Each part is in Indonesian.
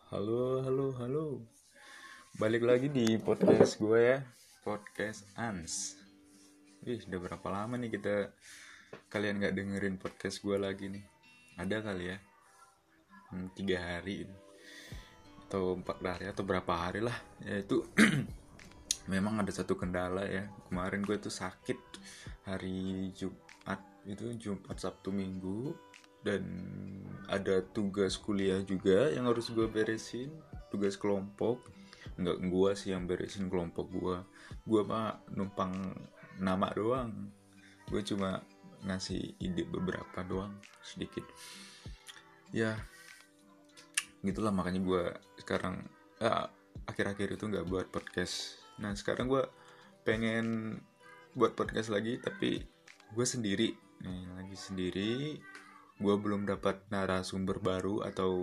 Halo, halo, halo. Balik lagi di podcast gue ya, podcast Ans. Udah berapa lama nih kalian gak dengerin podcast gue lagi nih? Ada kali ya, 3 hari atau 4 hari atau berapa hari lah. Yaitu memang ada satu kendala ya. Kemarin gue tuh sakit hari Jumat, itu Jumat, Sabtu, Minggu. Dan ada tugas kuliah juga yang harus gue beresin, tugas kelompok. Enggak gue sih yang beresin kelompok gue mah numpang nama doang, gue cuma ngasih ide beberapa doang, sedikit ya gitulah. Makanya gue sekarang akhir-akhir itu nggak buat podcast. Nah sekarang gue pengen buat podcast lagi, tapi gue sendiri nih, lagi sendiri. Gue belum dapat narasumber baru atau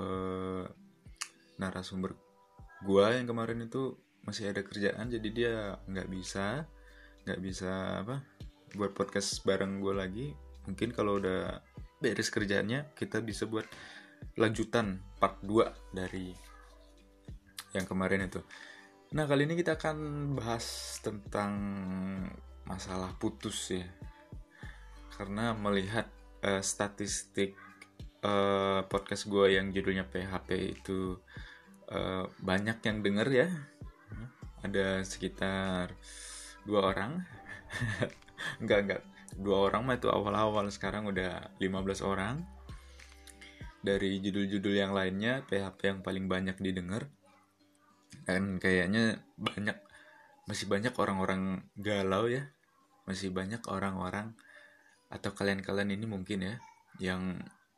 narasumber gue yang kemarin itu masih ada kerjaan, jadi dia nggak bisa buat podcast bareng gue lagi. Mungkin kalau udah beres kerjaannya kita bisa buat lanjutan part 2 dari yang kemarin itu. Nah kali ini kita akan bahas tentang masalah putus ya, karena melihat statistik podcast gue yang judulnya PHP itu banyak yang denger ya. Ada sekitar 2 orang enggak 2 orang mah itu awal-awal, sekarang udah 15 orang. Dari judul-judul yang lainnya PHP yang paling banyak didengar. Dan kayaknya masih banyak orang-orang galau ya, masih banyak orang-orang atau kalian ini mungkin ya yang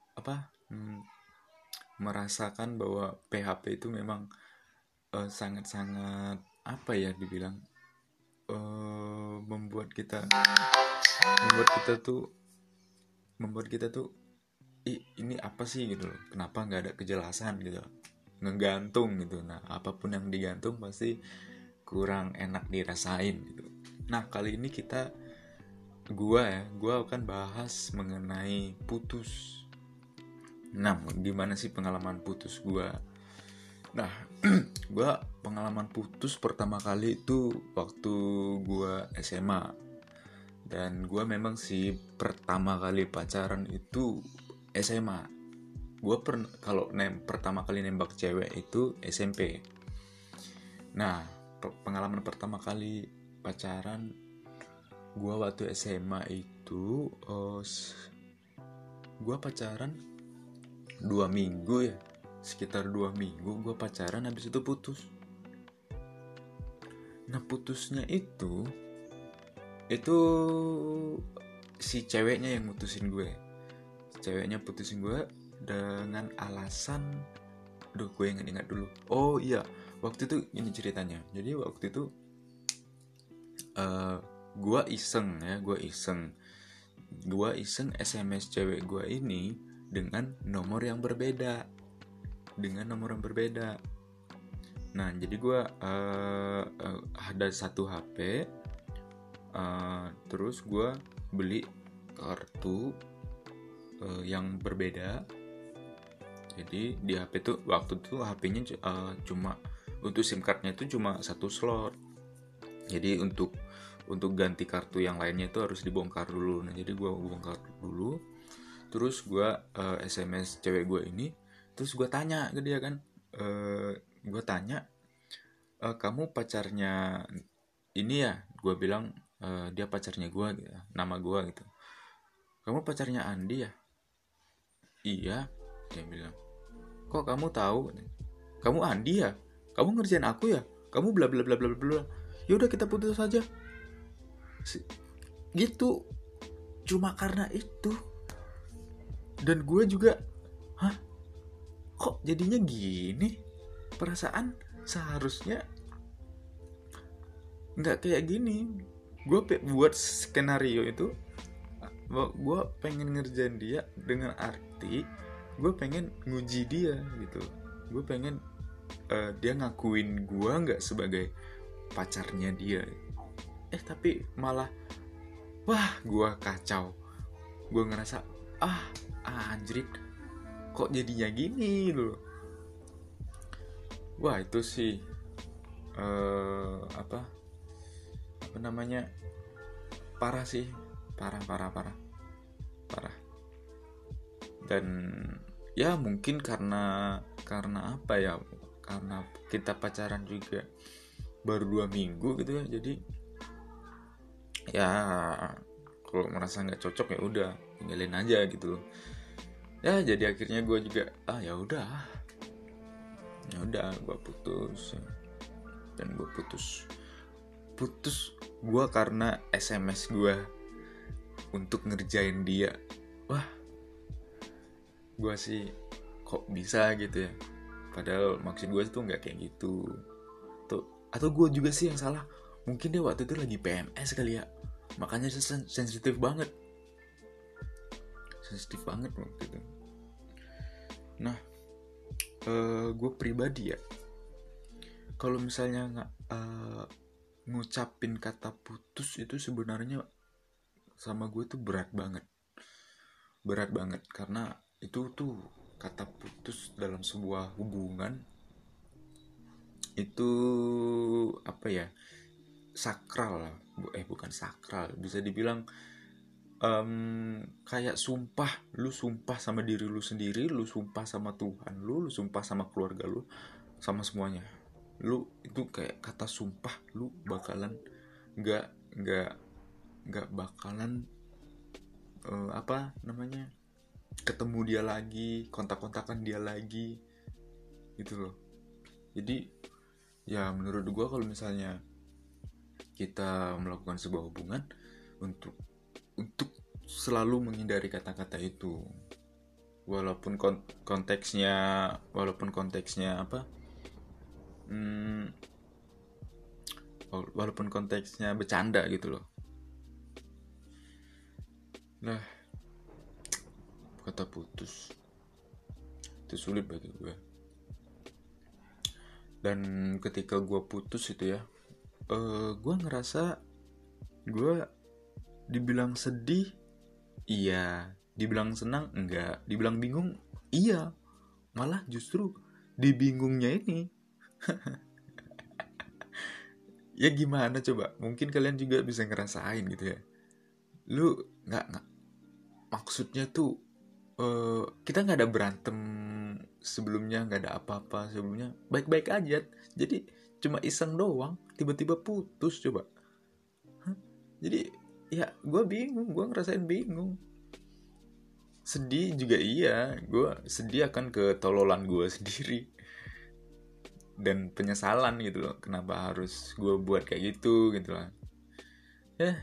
merasakan bahwa PHP itu memang sangat-sangat dibilang membuat kita tuh ini apa sih gitu loh, kenapa nggak ada kejelasan gitu, ngegantung gitu. Nah apapun yang digantung pasti kurang enak dirasain gitu. Nah kali ini gua akan bahas mengenai putus. Nah gimana sih pengalaman putus gua? Nah gua pengalaman putus pertama kali itu waktu gua SMA. Dan gua memang sih pertama kali pacaran itu SMA. Gua kalau pertama kali nembak cewek itu SMP. Nah pengalaman pertama kali pacaran gue waktu SMA itu gue pacaran 2 minggu ya, sekitar 2 minggu gue pacaran, habis itu putus. Nah putusnya itu si ceweknya yang mutusin gue. Ceweknya putusin gue dengan alasan, gue ingat dulu. Oh iya, waktu itu ini ceritanya. Jadi waktu itu gue iseng SMS cewek gue ini dengan nomor yang berbeda. Nah jadi gue ada satu HP, terus gue beli kartu yang berbeda. Jadi di HP tuh waktu itu HP-nya cuma untuk SIM card-nya itu cuma 1 slot. Jadi untuk ganti kartu yang lainnya itu harus dibongkar dulu. Nah jadi gue bongkar dulu, terus gue SMS cewek gue ini, terus gue tanya ke dia kan, kamu pacarnya ini ya? Gue bilang dia pacarnya gue gitu, nama gue gitu. Kamu pacarnya Andi ya? Iya, dia bilang. Kok kamu tahu? Kamu Andi ya? Kamu ngerjain aku ya? Kamu bla bla bla bla bla. Yaudah kita putus aja gitu. Cuma karena itu. Dan gue juga kok jadinya gini? Perasaan seharusnya gak kayak gini. Gue buat skenario itu, gue pengen ngerjain dia dengan arti gue pengen nguji dia gitu. Gue pengen dia ngakuin gue gak sebagai pacarnya dia. Tapi malah gue kacau. Gue ngerasa anjrit, kok jadinya gini loh. Wah itu sih apa namanya, parah sih, parah parah parah parah. Dan ya mungkin karena apa ya, karena kita pacaran juga baru 2 minggu gitu ya, jadi ya kalau merasa nggak cocok ya udah tinggalin aja gitu loh. Ya jadi akhirnya gue juga ya udah gue putus. Dan gue putus gue karena SMS gue untuk ngerjain dia. Wah, gue sih kok bisa gitu ya, padahal maksud gue tuh nggak kayak gitu tuh. Atau gue juga sih yang salah, mungkin dia waktu itu lagi PMS kali ya, makanya sensitif banget waktu itu. Nah, gue pribadi ya, kalau misalnya nggak ngucapin kata putus itu sebenarnya sama gue tuh berat banget karena itu tuh kata putus dalam sebuah hubungan itu apa ya, sakral lah. Bukan sakral, bisa dibilang kayak sumpah. Lu sumpah sama diri lu sendiri, lu sumpah sama Tuhan lu sumpah sama keluarga lu, sama semuanya. Lu itu kayak kata sumpah, lu bakalan nggak nggak nggak bakalan apa namanya, ketemu dia lagi, kontak-kontakan dia lagi gitu loh. Jadi ya menurut gue kalau misalnya kita melakukan sebuah hubungan, untuk selalu menghindari kata-kata itu, walaupun konteksnya apa, walaupun konteksnya bercanda gitu loh. Nah, kata putus itu sulit bagi gue. Dan ketika gue putus itu ya, gue ngerasa gue dibilang sedih iya, dibilang senang enggak, dibilang bingung iya, malah justru di bingungnya ini ya gimana coba, mungkin kalian juga bisa ngerasain gitu ya. Lu nggak maksudnya tuh kita nggak ada berantem sebelumnya, nggak ada apa-apa sebelumnya, baik-baik aja, jadi cuma iseng doang tiba-tiba putus coba. Jadi ya gue bingung, gue ngerasain bingung. Sedih juga iya, gue sedih akan ketololan gue sendiri dan penyesalan gitu loh, kenapa harus gue buat kayak gitu lah ya.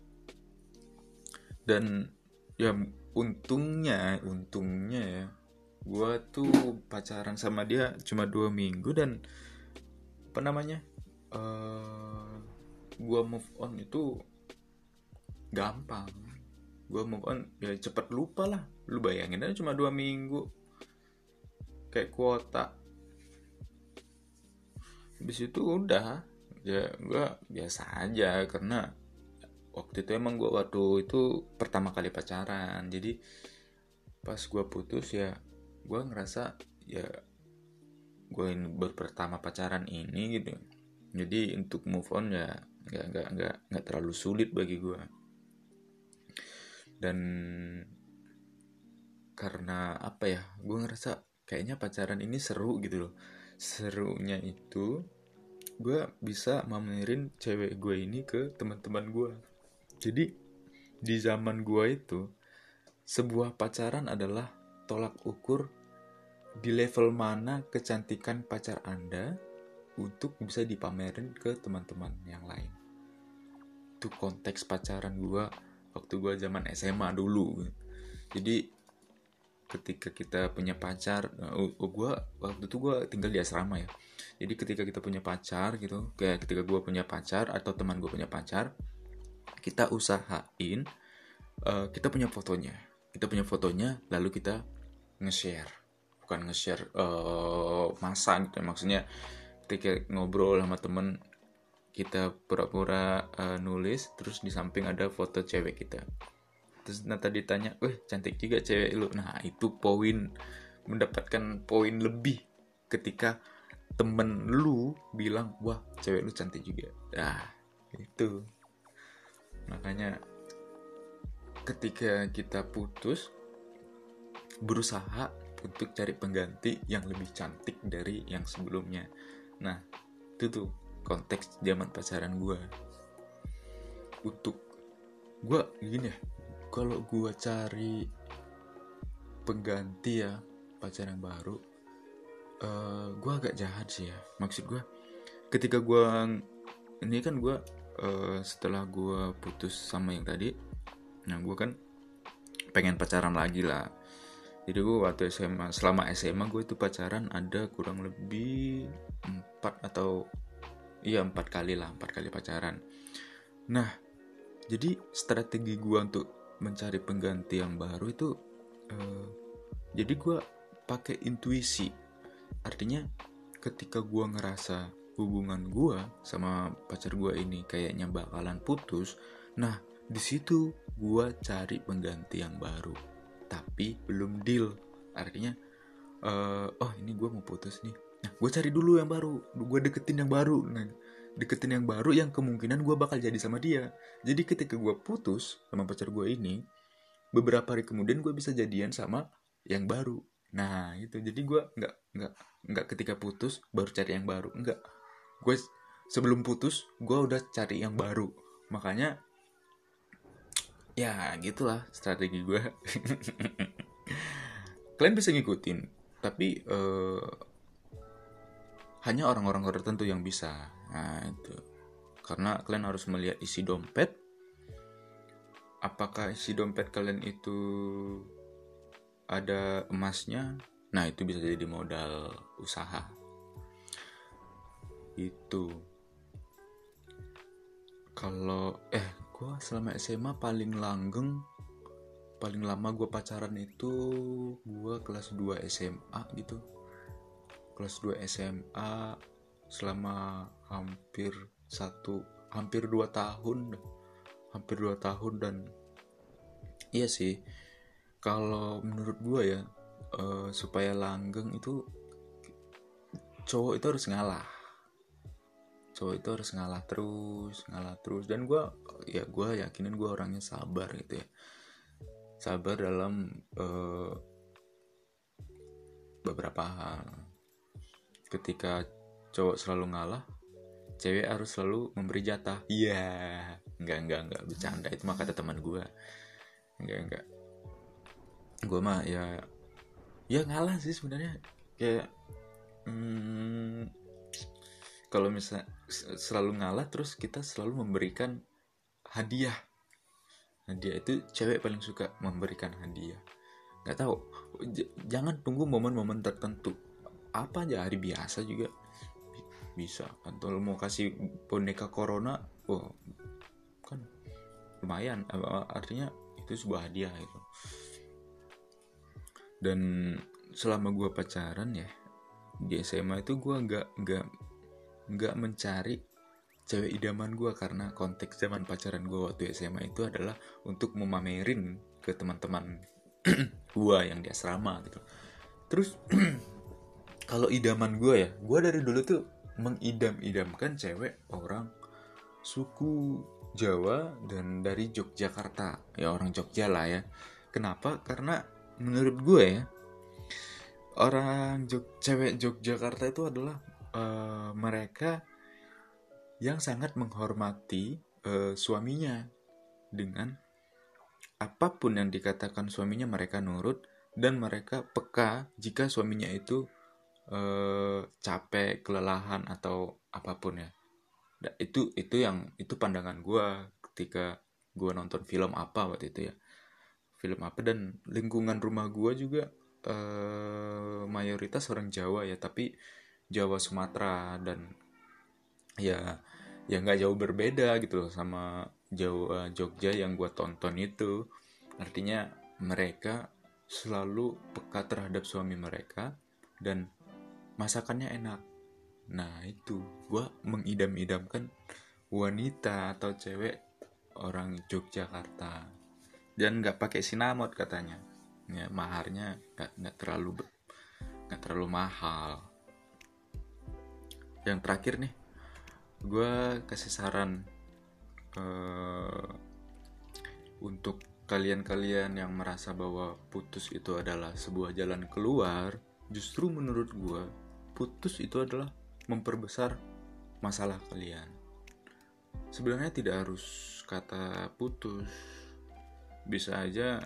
Dan ya untungnya ya, gue tuh pacaran sama dia cuma 2 minggu, dan apa namanya, gue move on itu gampang. Gue move on ya cepet lupa lah. Lu bayangin aja cuma 2 minggu, kayak kuota. Habis itu udah, ya gue biasa aja, karena waktu itu emang gue waktu itu pertama kali pacaran. Jadi pas gue putus ya, gue ngerasa ya gue ini baru pertama pacaran ini gitu. Jadi untuk move on ya nggak terlalu sulit bagi gue. Dan karena apa ya, gue ngerasa kayaknya pacaran ini seru gitu loh. Serunya itu gue bisa mamerin cewek gue ini ke teman-teman gue. Jadi di zaman gue itu, sebuah pacaran adalah tolak ukur di level mana kecantikan pacar Anda untuk bisa dipamerin ke teman-teman yang lain. Itu konteks pacaran gue waktu gue zaman SMA dulu. Jadi ketika kita punya pacar, gue waktu itu gue tinggal di asrama ya. Jadi ketika kita punya pacar gitu, kayak ketika gue punya pacar atau teman gue punya pacar, kita usahain kita punya fotonya, lalu kita nge-share. Bukan nge-share masa gitu, maksudnya ketika ngobrol sama temen, kita pura-pura nulis, terus di samping ada foto cewek kita. Terus tadi ditanya, cantik juga cewek lu. Nah itu mendapatkan poin lebih ketika temen lu bilang, wah cewek lu cantik juga. Nah itu makanya ketika kita putus, berusaha untuk cari pengganti yang lebih cantik dari yang sebelumnya. Nah itu tuh konteks zaman pacaran gue. Untuk gue gini ya, kalau gue cari pengganti ya pacar yang baru, gue agak jahat sih ya. Maksud gue ketika gue ini kan gue setelah gue putus sama yang tadi, nah gue kan pengen pacaran lagi lah. Jadi gue waktu SMA, selama SMA gue itu pacaran ada kurang lebih 4 kali pacaran. Nah jadi strategi gue untuk mencari pengganti yang baru itu jadi gue pakai intuisi. Artinya ketika gue ngerasa hubungan gue sama pacar gue ini kayaknya bakalan putus, nah di situ gue cari pengganti yang baru, tapi belum deal. Artinya oh ini gue mau putus nih, nah gue cari dulu yang baru, gue deketin yang baru. Nah deketin yang baru yang kemungkinan gue bakal jadi sama dia. Jadi ketika gue putus sama pacar gue ini, beberapa hari kemudian gue bisa jadian sama yang baru. Nah itu jadi gue nggak ketika putus baru cari yang baru, enggak. Gue sebelum putus gue udah cari yang baru. Makanya ya gitulah strategi gue. Kalian bisa ngikutin, tapi hanya orang-orang tertentu yang bisa. Nah itu karena kalian harus melihat isi dompet. Apakah isi dompet kalian itu ada emasnya? Nah itu bisa jadi modal usaha. Itu kalau gue selama SMA paling lama gue pacaran itu gue kelas 2 SMA gitu. Kelas 2 SMA selama hampir 2 tahun. Hampir 2 tahun. Dan iya sih, kalau menurut gue ya, supaya langgeng itu cowok itu harus ngalah. Cowok itu harus ngalah terus. Dan gue yakinin gue orangnya sabar gitu ya. Sabar dalam beberapa hal. Ketika cowok selalu ngalah, cewek harus selalu memberi jatah. Iya, enggak bercanda, itu mah kata teman gue. Enggak. Gue mah ya ngalah sih sebenarnya. Kayak kalau misalnya selalu ngalah terus kita selalu memberikan hadiah. Hadiah itu cewek paling suka memberikan hadiah. Nggak tahu, jangan tunggu momen-momen tertentu. Apa aja, hari biasa juga bisa. Atau mau kasih boneka corona, kan lumayan. Artinya itu sebuah hadiah itu. Dan selama gue pacaran ya di SMA itu gue nggak mencari cewek idaman gue, karena konteks zaman pacaran gue waktu SMA itu adalah untuk memamerin ke teman-teman gue yang di asrama gitu. Terus kalau idaman gue ya, gue dari dulu tuh mengidam-idamkan cewek orang suku Jawa dan dari Yogyakarta, ya orang Jogja lah ya. Kenapa? Karena menurut gue ya, cewek Yogyakarta itu adalah mereka yang sangat menghormati suaminya. Dengan apapun yang dikatakan suaminya mereka nurut, dan mereka peka jika suaminya itu capek, kelelahan atau apapun ya. Itu pandangan gue ketika gue nonton film apa waktu itu ya. Film apa, dan lingkungan rumah gue juga mayoritas orang Jawa ya, tapi Jawa Sumatera, dan ya nggak jauh berbeda gitu loh sama Jawa Jogja yang gue tonton itu. Artinya mereka selalu peka terhadap suami mereka dan masakannya enak. Nah itu gue mengidam-idamkan wanita atau cewek orang Yogyakarta. Dan nggak pakai sinamot katanya ya, maharnya nggak terlalu mahal. yang terakhir nih, gue kasih saran untuk kalian-kalian yang merasa bahwa putus itu adalah sebuah jalan keluar. Justru menurut gue, putus itu adalah memperbesar masalah kalian. Sebenarnya tidak harus kata putus, bisa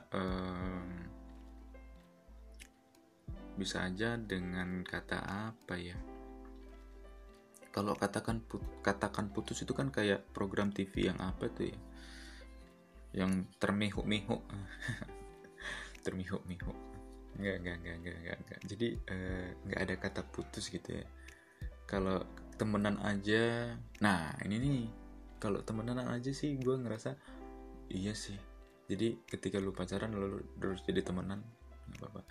aja dengan kata apa ya? Kalau katakan putus itu kan kayak program TV yang apa tuh ya? Yang termihuk-mihuk. Termihuk-mihuk. Enggak. Jadi enggak ada kata putus gitu ya. Kalau temenan aja, nah ini nih, kalau temenan aja sih gue ngerasa iya sih. Jadi ketika lu pacaran lu terus jadi temenan, nggak apa-apa.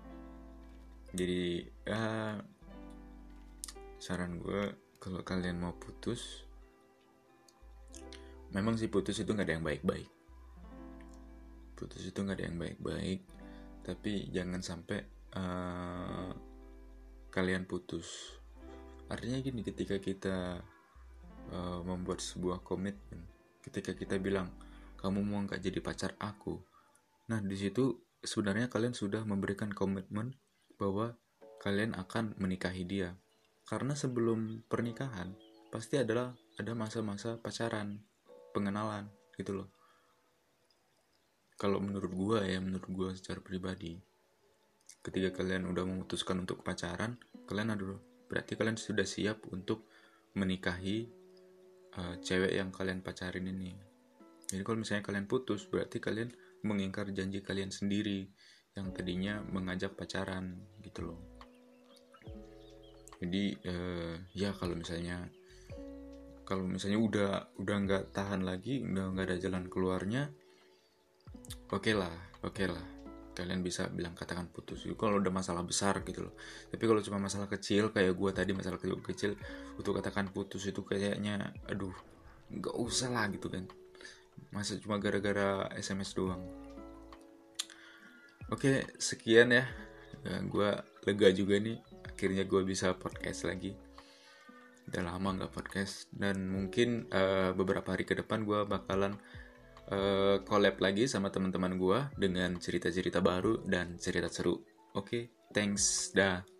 Jadi saran gue, kalau kalian mau putus, memang sih putus itu nggak ada yang baik-baik. Tapi jangan sampai kalian putus. Artinya gini, ketika kita membuat sebuah komitmen, ketika kita bilang kamu mau nggak jadi pacar aku, nah di situ sebenarnya kalian sudah memberikan komitmen bahwa kalian akan menikahi dia. Karena sebelum pernikahan pasti ada masa-masa pacaran, pengenalan gitu loh. Kalau menurut gue secara pribadi, ketika kalian udah memutuskan untuk pacaran, berarti kalian sudah siap untuk menikahi cewek yang kalian pacarin ini. Jadi kalau misalnya kalian putus, berarti kalian mengingkar janji kalian sendiri yang tadinya mengajak pacaran gitu loh. Jadi ya kalau misalnya udah nggak tahan lagi, udah nggak ada jalan keluarnya, oke lah, kalian bisa katakan putus. Kalau udah masalah besar gitu loh. Tapi kalau cuma masalah kecil kayak gue tadi, masalah kecil untuk katakan putus itu kayaknya aduh, nggak usah lah gitu kan. Masa cuma gara-gara SMS doang. Oke, sekian ya. Gue lega juga nih, akhirnya gue bisa podcast lagi. Udah lama nggak podcast, dan mungkin beberapa hari ke depan gue bakalan collab lagi sama teman-teman gue dengan cerita-cerita baru dan cerita seru. Oke, thanks, dah.